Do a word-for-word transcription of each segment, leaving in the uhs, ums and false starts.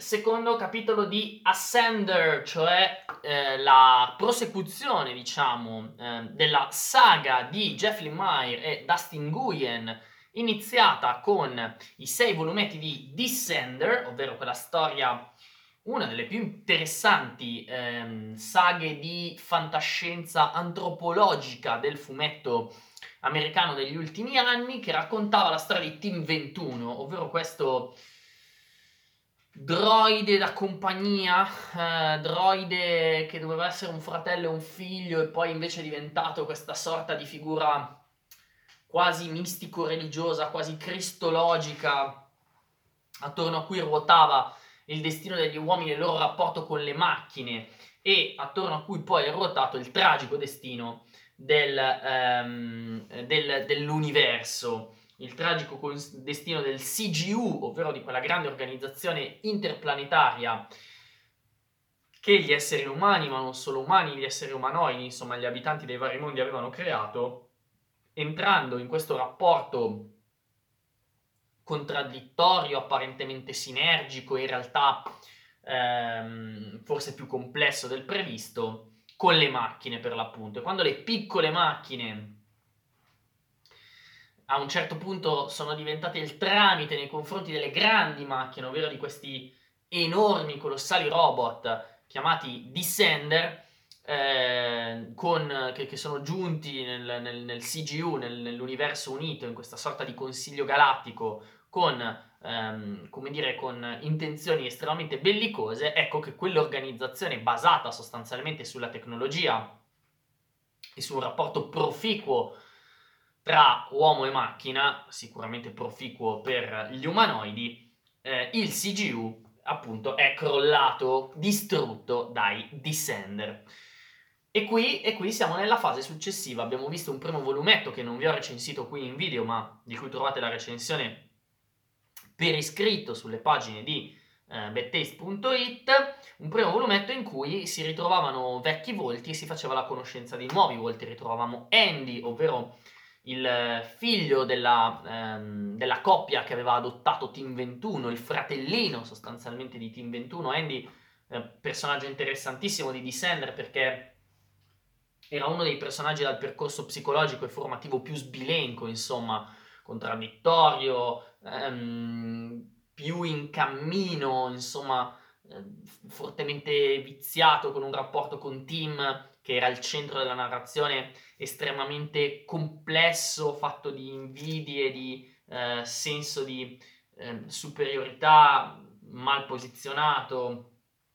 secondo capitolo di Ascender, cioè eh, la prosecuzione, diciamo, eh, della saga di Jeff Lemire e Dustin Nguyen, iniziata con i sei volumetti di Descender, ovvero quella storia, una delle più interessanti ehm, saghe di fantascienza antropologica del fumetto americano degli ultimi anni, che raccontava la storia di Team ventuno, ovvero questo droide da compagnia, eh, droide che doveva essere un fratello e un figlio e poi invece è diventato questa sorta di figura quasi mistico-religiosa, quasi cristologica, attorno a cui ruotava il destino degli uomini e il loro rapporto con le macchine, e attorno a cui poi è ruotato il tragico destino del, ehm, del, dell'universo, il tragico destino del C G U, ovvero di quella grande organizzazione interplanetaria che gli esseri umani, ma non solo umani, gli esseri umanoidi, insomma gli abitanti dei vari mondi avevano creato, entrando in questo rapporto contraddittorio, apparentemente sinergico, in realtà ehm, forse più complesso del previsto, con le macchine per l'appunto. E quando le piccole macchine a un certo punto sono diventate il tramite nei confronti delle grandi macchine, ovvero di questi enormi, colossali robot chiamati Descender, eh, con, che, che sono giunti nel, nel, nel C G U, nel, nell'universo unito, in questa sorta di consiglio galattico, con, ehm, come dire, con intenzioni estremamente bellicose, ecco che quell'organizzazione basata sostanzialmente sulla tecnologia e su un rapporto proficuo tra uomo e macchina, sicuramente proficuo per gli umanoidi, eh, il C G U appunto è crollato, distrutto dai Descender. E qui, e qui siamo nella fase successiva. Abbiamo visto un primo volumetto che non vi ho recensito qui in video, ma di cui trovate la recensione per iscritto sulle pagine di eh, bad taste punto it, un primo volumetto in cui si ritrovavano vecchi volti e si faceva la conoscenza di nuovi volti. Ritrovavamo Andy, ovvero il figlio della, ehm, della coppia che aveva adottato Team ventuno, il fratellino sostanzialmente di Team ventuno. Andy, eh, personaggio interessantissimo di Descender, perché era uno dei personaggi dal percorso psicologico e formativo più sbilenco, insomma, contraddittorio, ehm, più in cammino, insomma, eh, fortemente viziato, con un rapporto con Tim che era il centro della narrazione, estremamente complesso, fatto di invidie, di eh, senso di eh, superiorità, mal posizionato,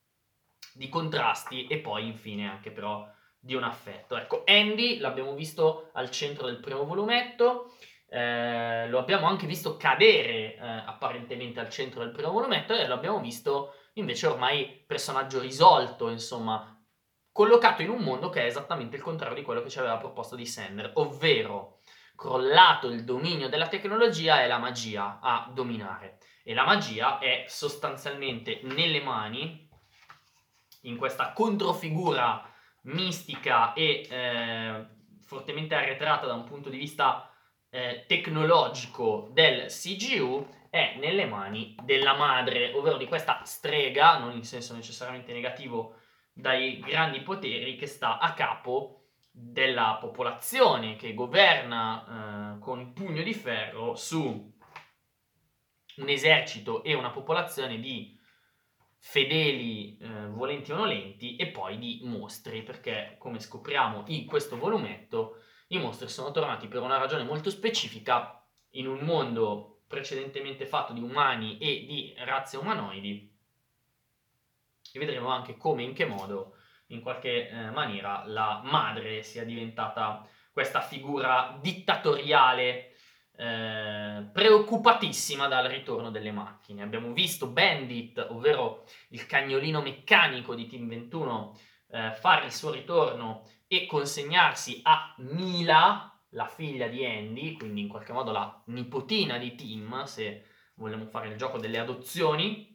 di contrasti, e poi infine anche però di un affetto. Ecco, Andy l'abbiamo visto al centro del primo volumetto, eh, lo abbiamo anche visto cadere eh, apparentemente al centro del primo volumetto, e lo abbiamo visto invece ormai personaggio risolto, insomma, collocato in un mondo che è esattamente il contrario di quello che ci aveva proposto Descender, ovvero crollato il dominio della tecnologia, è la magia a dominare, e la magia è sostanzialmente nelle mani, in questa controfigura mistica e eh, fortemente arretrata da un punto di vista eh, tecnologico del C G U, è nelle mani della madre, ovvero di questa strega, non in senso necessariamente negativo, dai grandi poteri, che sta a capo della popolazione, che governa eh, con pugno di ferro su un esercito e una popolazione di fedeli, eh, volenti o nolenti, e poi di mostri, perché come scopriamo in questo volumetto i mostri sono tornati per una ragione molto specifica in un mondo precedentemente fatto di umani e di razze umanoidi, e vedremo anche come e in che modo, in qualche eh, maniera, la madre sia diventata questa figura dittatoriale, eh, preoccupatissima dal ritorno delle macchine. Abbiamo visto Bandit, ovvero il cagnolino meccanico di Team ventuno, eh, fare il suo ritorno e consegnarsi a Mila, la figlia di Andy, quindi in qualche modo la nipotina di Team, se vogliamo fare il gioco delle adozioni,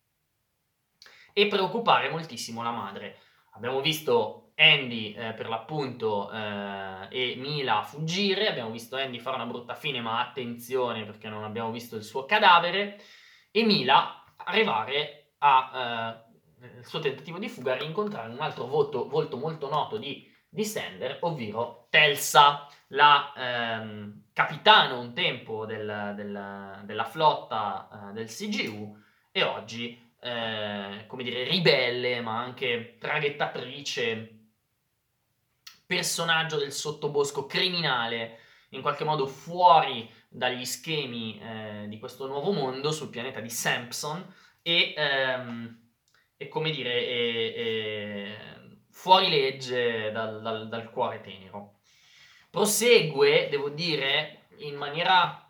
e preoccupare moltissimo la madre. Abbiamo visto Andy eh, per l'appunto eh, e Mila fuggire, abbiamo visto Andy fare una brutta fine, ma attenzione perché non abbiamo visto il suo cadavere, e Mila arrivare a, eh, nel suo tentativo di fuga, a rincontrare un altro volto, volto molto noto di Descender, ovvero Telsa, la ehm, capitano un tempo del, del, della flotta eh, del C G U e oggi, eh, come dire, ribelle, ma anche traghettatrice, personaggio del sottobosco criminale, in qualche modo fuori dagli schemi eh, di questo nuovo mondo sul pianeta di Sampson e, ehm, e come dire, e, e fuori legge dal, dal, dal cuore tenero. Prosegue, devo dire, in maniera,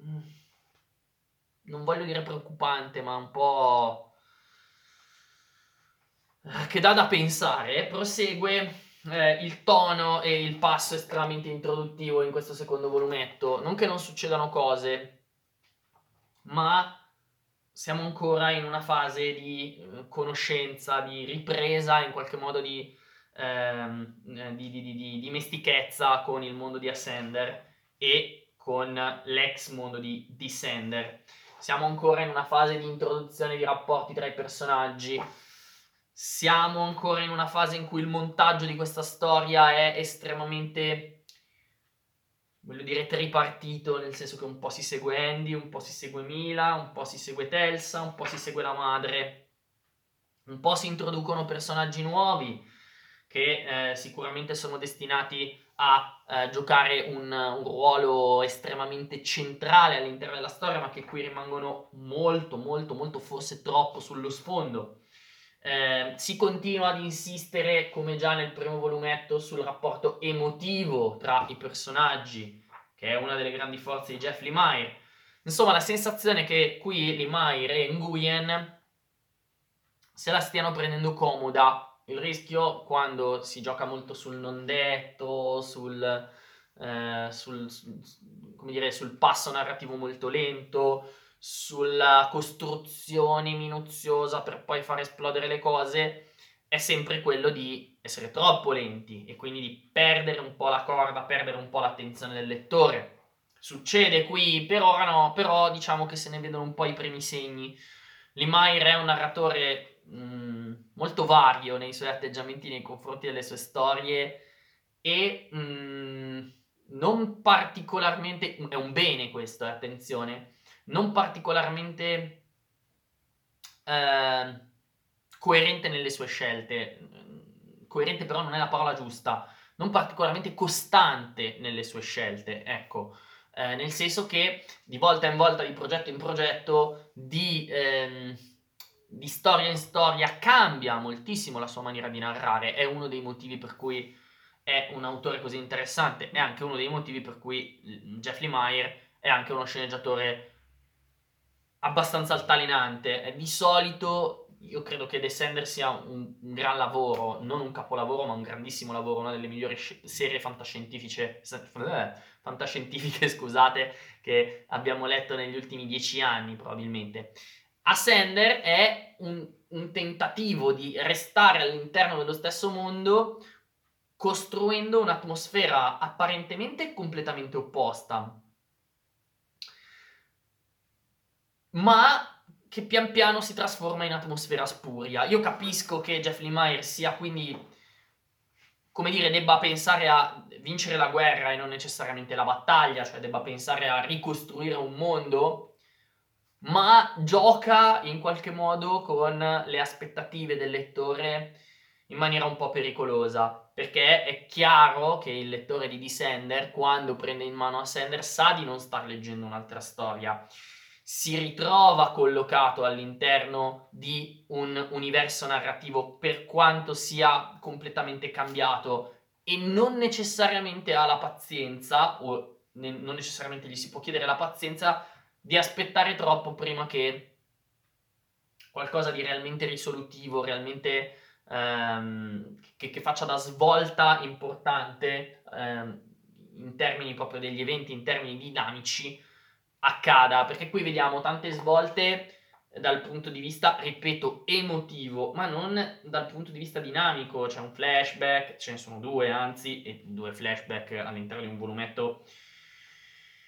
non voglio dire preoccupante, ma un po' che dà da pensare. Prosegue eh, il tono e il passo estremamente introduttivo in questo secondo volumetto. Non che non succedano cose, ma siamo ancora in una fase di eh, conoscenza, di ripresa, in qualche modo di, ehm, eh, di, di, di, di dimestichezza con il mondo di Ascender e con l'ex mondo di Descender. Siamo ancora in una fase di introduzione di rapporti tra i personaggi. Siamo ancora in una fase in cui il montaggio di questa storia è estremamente, voglio dire, tripartito, nel senso che un po' si segue Andy, un po' si segue Mila, un po' si segue Telsa, un po' si segue la madre, un po' si introducono personaggi nuovi che eh, sicuramente sono destinati a eh, giocare un, un ruolo estremamente centrale all'interno della storia, ma che qui rimangono molto, molto, molto, forse troppo sullo sfondo. Eh, si continua ad insistere, come già nel primo volumetto, sul rapporto emotivo tra i personaggi, che è una delle grandi forze di Jeff Lemire. Insomma, la sensazione è che qui Lemire e Nguyen se la stiano prendendo comoda. Il rischio, quando si gioca molto sul non detto, sul, eh, sul, sul, come dire, sul passo narrativo molto lento, sulla costruzione minuziosa per poi far esplodere le cose, è sempre quello di essere troppo lenti e quindi di perdere un po' la corda, perdere un po' l'attenzione del lettore. Succede qui, per ora no, però diciamo che se ne vedono un po' i primi segni. Lemire è un narratore mh, molto vario nei suoi atteggiamenti nei confronti delle sue storie e mh, non particolarmente, è un bene questo, eh, attenzione, non particolarmente eh, coerente nelle sue scelte. Coerente però non è la parola giusta, non particolarmente costante nelle sue scelte, ecco. Eh, nel senso che di volta in volta, di progetto in progetto, di, ehm, di storia in storia cambia moltissimo la sua maniera di narrare. È uno dei motivi per cui è un autore così interessante, è anche uno dei motivi per cui Jeff Lemire è anche uno sceneggiatore abbastanza altalenante. Eh, Di solito io credo che Descender sia un, un gran lavoro, non un capolavoro, ma un grandissimo lavoro, una delle migliori sci- serie fantascientifiche, eh, fantascientifiche, scusate, che abbiamo letto negli ultimi dieci anni, probabilmente. Ascender è un, un tentativo di restare all'interno dello stesso mondo, costruendo un'atmosfera apparentemente completamente opposta, ma che pian piano si trasforma in atmosfera spuria. Io capisco che Jeff Lemire sia quindi, come dire, debba pensare a vincere la guerra e non necessariamente la battaglia, cioè debba pensare a ricostruire un mondo, ma gioca in qualche modo con le aspettative del lettore in maniera un po' pericolosa, perché è chiaro che il lettore di Descender, quando prende in mano Ascender, sa di non star leggendo un'altra storia. Si ritrova collocato all'interno di un universo narrativo, per quanto sia completamente cambiato, e non necessariamente ha la pazienza, o ne- non necessariamente gli si può chiedere la pazienza di aspettare troppo prima che qualcosa di realmente risolutivo, realmente ehm, che, che faccia da svolta importante ehm, in termini proprio degli eventi, in termini dinamici, accada, perché qui vediamo tante svolte dal punto di vista, ripeto, emotivo, ma non dal punto di vista dinamico. C'è un flashback, ce ne sono due anzi, e due flashback all'interno di un volumetto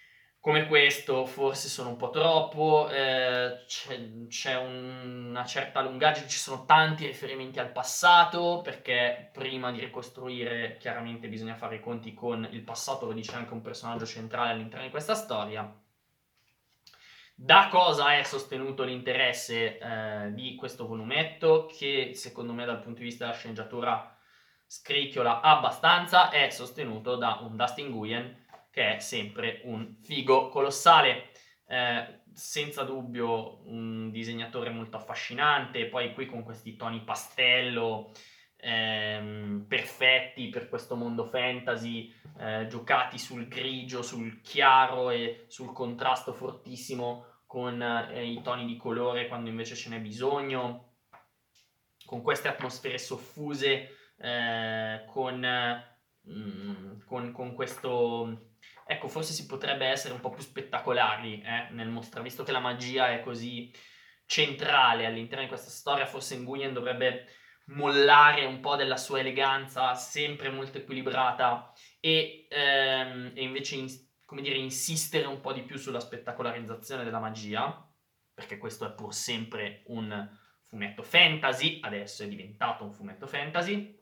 come questo forse sono un po' troppo, eh, c'è, c'è un- una certa lungaggine, ci sono tanti riferimenti al passato, perché prima di ricostruire chiaramente bisogna fare i conti con il passato, lo dice anche un personaggio centrale all'interno di questa storia. Da cosa è sostenuto l'interesse eh, di questo volumetto, che secondo me dal punto di vista della sceneggiatura scricchiola abbastanza, è sostenuto da un Dustin Nguyen che è sempre un figo colossale, eh, senza dubbio un disegnatore molto affascinante, poi qui con questi toni pastello ehm, perfetti per questo mondo fantasy, eh, giocati sul grigio, sul chiaro e sul contrasto fortissimo con eh, i toni di colore quando invece ce n'è bisogno, con queste atmosfere soffuse, eh, con, mm, con, con questo... Ecco, forse si potrebbe essere un po' più spettacolari eh, nel mostrare, visto che la magia è così centrale all'interno di questa storia, forse Nguyen dovrebbe mollare un po' della sua eleganza, sempre molto equilibrata, e, ehm, e invece in, come dire, insistere un po' di più sulla spettacolarizzazione della magia, perché questo è pur sempre un fumetto fantasy, adesso è diventato un fumetto fantasy,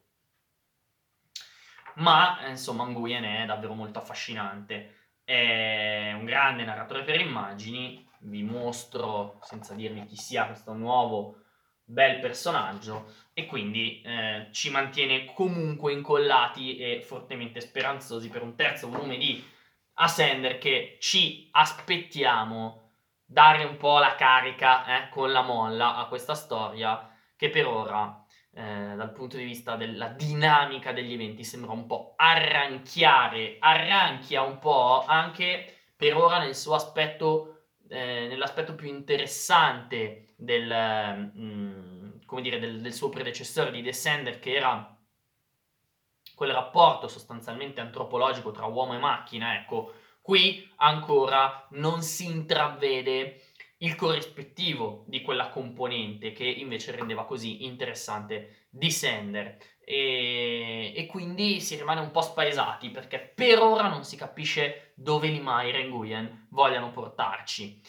ma insomma Nguyen è davvero molto affascinante, è un grande narratore per immagini, vi mostro senza dirvi chi sia questo nuovo bel personaggio e quindi eh, ci mantiene comunque incollati e fortemente speranzosi per un terzo volume di Ascender che ci aspettiamo dare un po' la carica eh, con la molla a questa storia che per ora eh, dal punto di vista della dinamica degli eventi sembra un po' arranchiare, arranchia un po' anche per ora nel suo aspetto, eh, nell'aspetto più interessante del, mh, come dire, del, del suo predecessore di Descender, che era quel rapporto sostanzialmente antropologico tra uomo e macchina. Ecco, qui ancora non si intravede il corrispettivo di quella componente che invece rendeva così interessante Descender, e, e quindi si rimane un po' spaesati perché per ora non si capisce dove Limay e Nguyen vogliano portarci.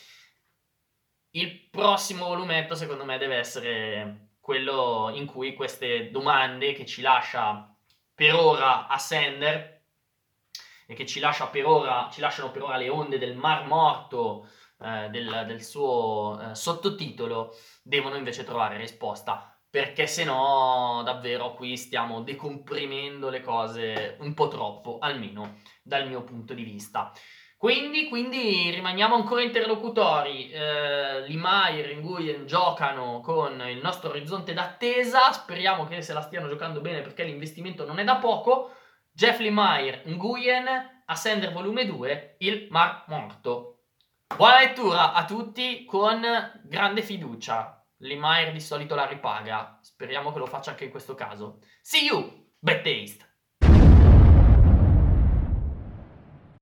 Il prossimo volumetto secondo me deve essere quello in cui queste domande che ci lascia per ora Ascender e che ci, lascia per ora, ci lasciano per ora le onde del Mar Morto, eh, del, del suo eh, sottotitolo, devono invece trovare risposta, perché se no davvero qui stiamo decomprimendo le cose un po' troppo, almeno dal mio punto di vista. Quindi, quindi rimaniamo ancora interlocutori. Eh, Limay e Nguyen giocano con il nostro orizzonte d'attesa. Speriamo che se la stiano giocando bene perché l'investimento non è da poco. Jeff Lemire, Nguyen, Ascender volume due, Il Mar Morto. Buona lettura a tutti con grande fiducia. Lemire di solito la ripaga. Speriamo che lo faccia anche in questo caso. See you! Bad taste!